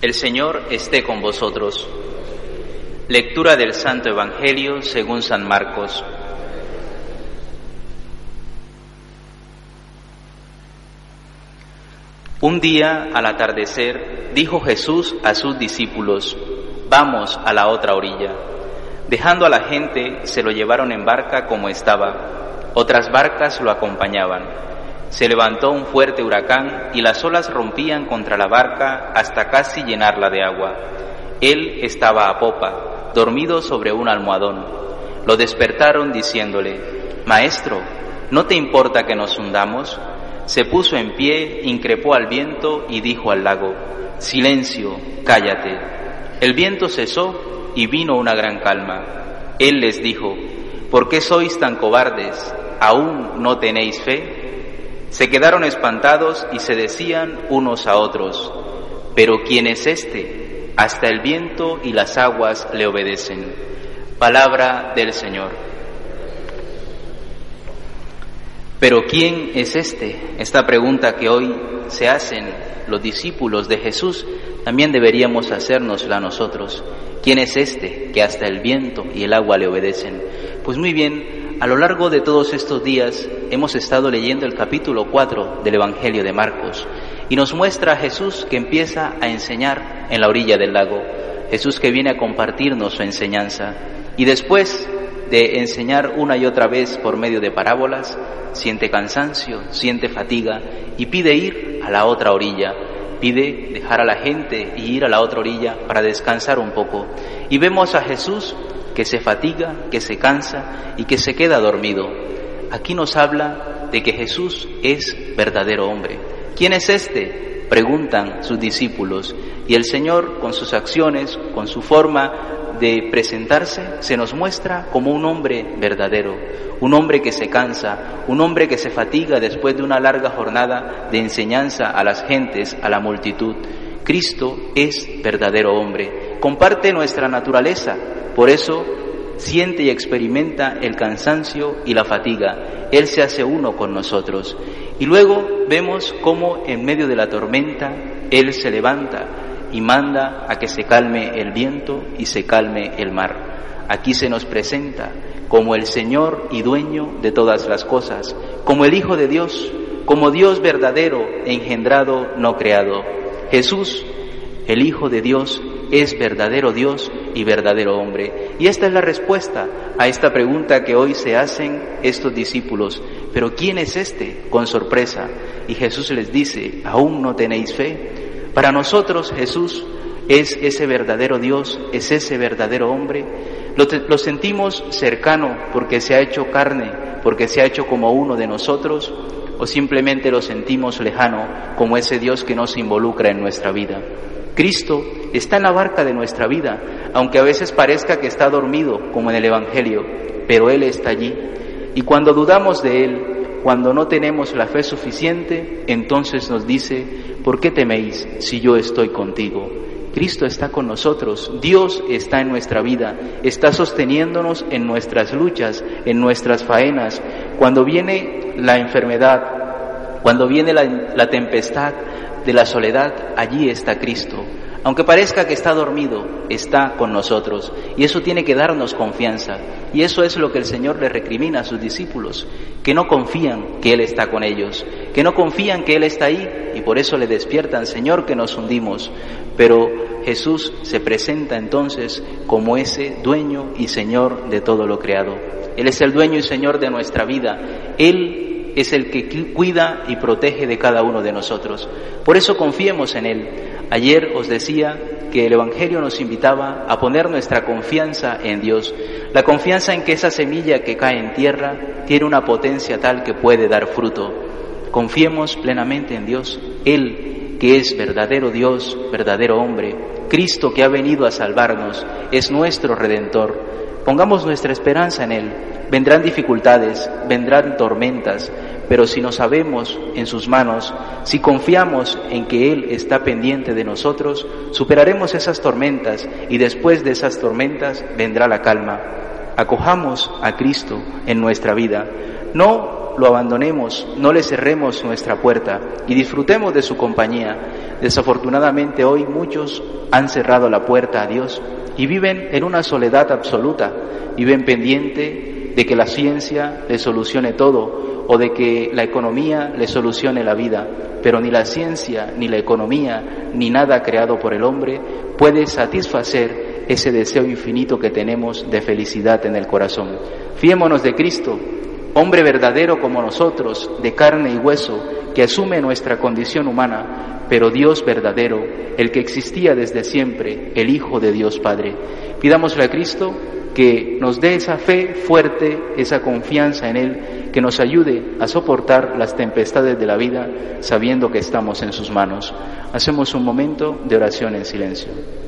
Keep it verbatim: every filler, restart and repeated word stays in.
El Señor esté con vosotros. Lectura del Santo Evangelio según San Marcos. Un día, al atardecer, dijo Jesús a sus discípulos: «Vamos a la otra orilla». Dejando a la gente, se lo llevaron en barca como estaba. Otras barcas lo acompañaban. Se levantó un fuerte huracán y las olas rompían contra la barca hasta casi llenarla de agua. Él estaba a popa, dormido sobre un almohadón. Lo despertaron diciéndole: «Maestro, ¿no te importa que nos hundamos?». Se puso en pie, increpó al viento y dijo al lago: «Silencio, cállate». El viento cesó y vino una gran calma. Él les dijo: «¿Por qué sois tan cobardes? ¿Aún no tenéis fe?». Se quedaron espantados y se decían unos a otros: «¿Pero quién es este? Hasta el viento y las aguas le obedecen». Palabra del Señor. ¿Pero quién es este? Esta pregunta que hoy se hacen los discípulos de Jesús, también deberíamos hacérnosla nosotros. ¿Quién es este que hasta el viento y el agua le obedecen? Pues muy bien, a lo largo de todos estos días hemos estado leyendo el capítulo cuatro del Evangelio de Marcos y nos muestra a Jesús que empieza a enseñar en la orilla del lago, Jesús que viene a compartirnos su enseñanza, y después de enseñar una y otra vez por medio de parábolas, siente cansancio, siente fatiga y pide ir a la otra orilla, pide dejar a la gente y ir a la otra orilla para descansar un poco. Y vemos a Jesús que se fatiga, que se cansa y que se queda dormido. Aquí nos habla de que Jesús es verdadero hombre. ¿Quién es este?, preguntan sus discípulos, y el Señor, con sus acciones, con su forma de presentarse, se nos muestra como un hombre verdadero, un hombre que se cansa, un hombre que se fatiga después de una larga jornada de enseñanza a las gentes, a la multitud. Cristo es verdadero hombre, comparte nuestra naturaleza, por eso siente y experimenta el cansancio y la fatiga. Él se hace uno con nosotros. Y luego vemos cómo en medio de la tormenta Él se levanta y manda a que se calme el viento y se calme el mar. Aquí se nos presenta como el Señor y dueño de todas las cosas, como el Hijo de Dios, como Dios verdadero, engendrado, no creado. Jesús, el Hijo de Dios, es verdadero Dios y verdadero hombre. Y esta es la respuesta a esta pregunta que hoy se hacen estos discípulos. ¿Pero quién es este?, con sorpresa. Y Jesús les dice: ¿aún no tenéis fe? Para nosotros Jesús es ese verdadero Dios, es ese verdadero hombre. Lo, te, lo sentimos cercano porque se ha hecho carne, porque se ha hecho como uno de nosotros, o simplemente lo sentimos lejano como ese Dios que no se involucra en nuestra vida. Cristo está en la barca de nuestra vida, aunque a veces parezca que está dormido, como en el Evangelio, pero Él está allí. Y cuando dudamos de Él, cuando no tenemos la fe suficiente, entonces nos dice: ¿por qué teméis si yo estoy contigo? Cristo está con nosotros, Dios está en nuestra vida, está sosteniéndonos en nuestras luchas, en nuestras faenas. Cuando viene la enfermedad, cuando viene la, la tempestad de la soledad, allí está Cristo. Aunque parezca que está dormido, está con nosotros, y eso tiene que darnos confianza. Y eso es lo que el Señor le recrimina a sus discípulos, que no confían que Él está con ellos, que no confían que Él está ahí, y por eso le despiertan: Señor, que nos hundimos. Pero Jesús se presenta entonces como ese dueño y Señor de todo lo creado. Él es el dueño y Señor de nuestra vida. Él es el que cuida y protege de cada uno de nosotros. Por eso confiemos en Él. Ayer os decía que el Evangelio nos invitaba a poner nuestra confianza en Dios, la confianza en que esa semilla que cae en tierra tiene una potencia tal que puede dar fruto. Confiemos plenamente en Dios, Él que es verdadero Dios, verdadero hombre, Cristo que ha venido a salvarnos, es nuestro Redentor. Pongamos nuestra esperanza en Él. Vendrán dificultades, vendrán tormentas, pero si nos sabemos en sus manos, si confiamos en que Él está pendiente de nosotros, superaremos esas tormentas y después de esas tormentas vendrá la calma. Acojamos a Cristo en nuestra vida, no lo abandonemos, no le cerremos nuestra puerta y disfrutemos de su compañía. Desafortunadamente hoy muchos han cerrado la puerta a Dios y viven en una soledad absoluta, viven pendiente de que la ciencia les solucione todo o de que la economía les solucione la vida, pero ni la ciencia, ni la economía, ni nada creado por el hombre puede satisfacer ese deseo infinito que tenemos de felicidad en el corazón. Fiémonos de Cristo, hombre verdadero como nosotros, de carne y hueso, que asume nuestra condición humana, pero Dios verdadero, el que existía desde siempre, el Hijo de Dios Padre. Pidámosle a Cristo que nos dé esa fe fuerte, esa confianza en Él, que nos ayude a soportar las tempestades de la vida, sabiendo que estamos en sus manos. Hacemos un momento de oración en silencio.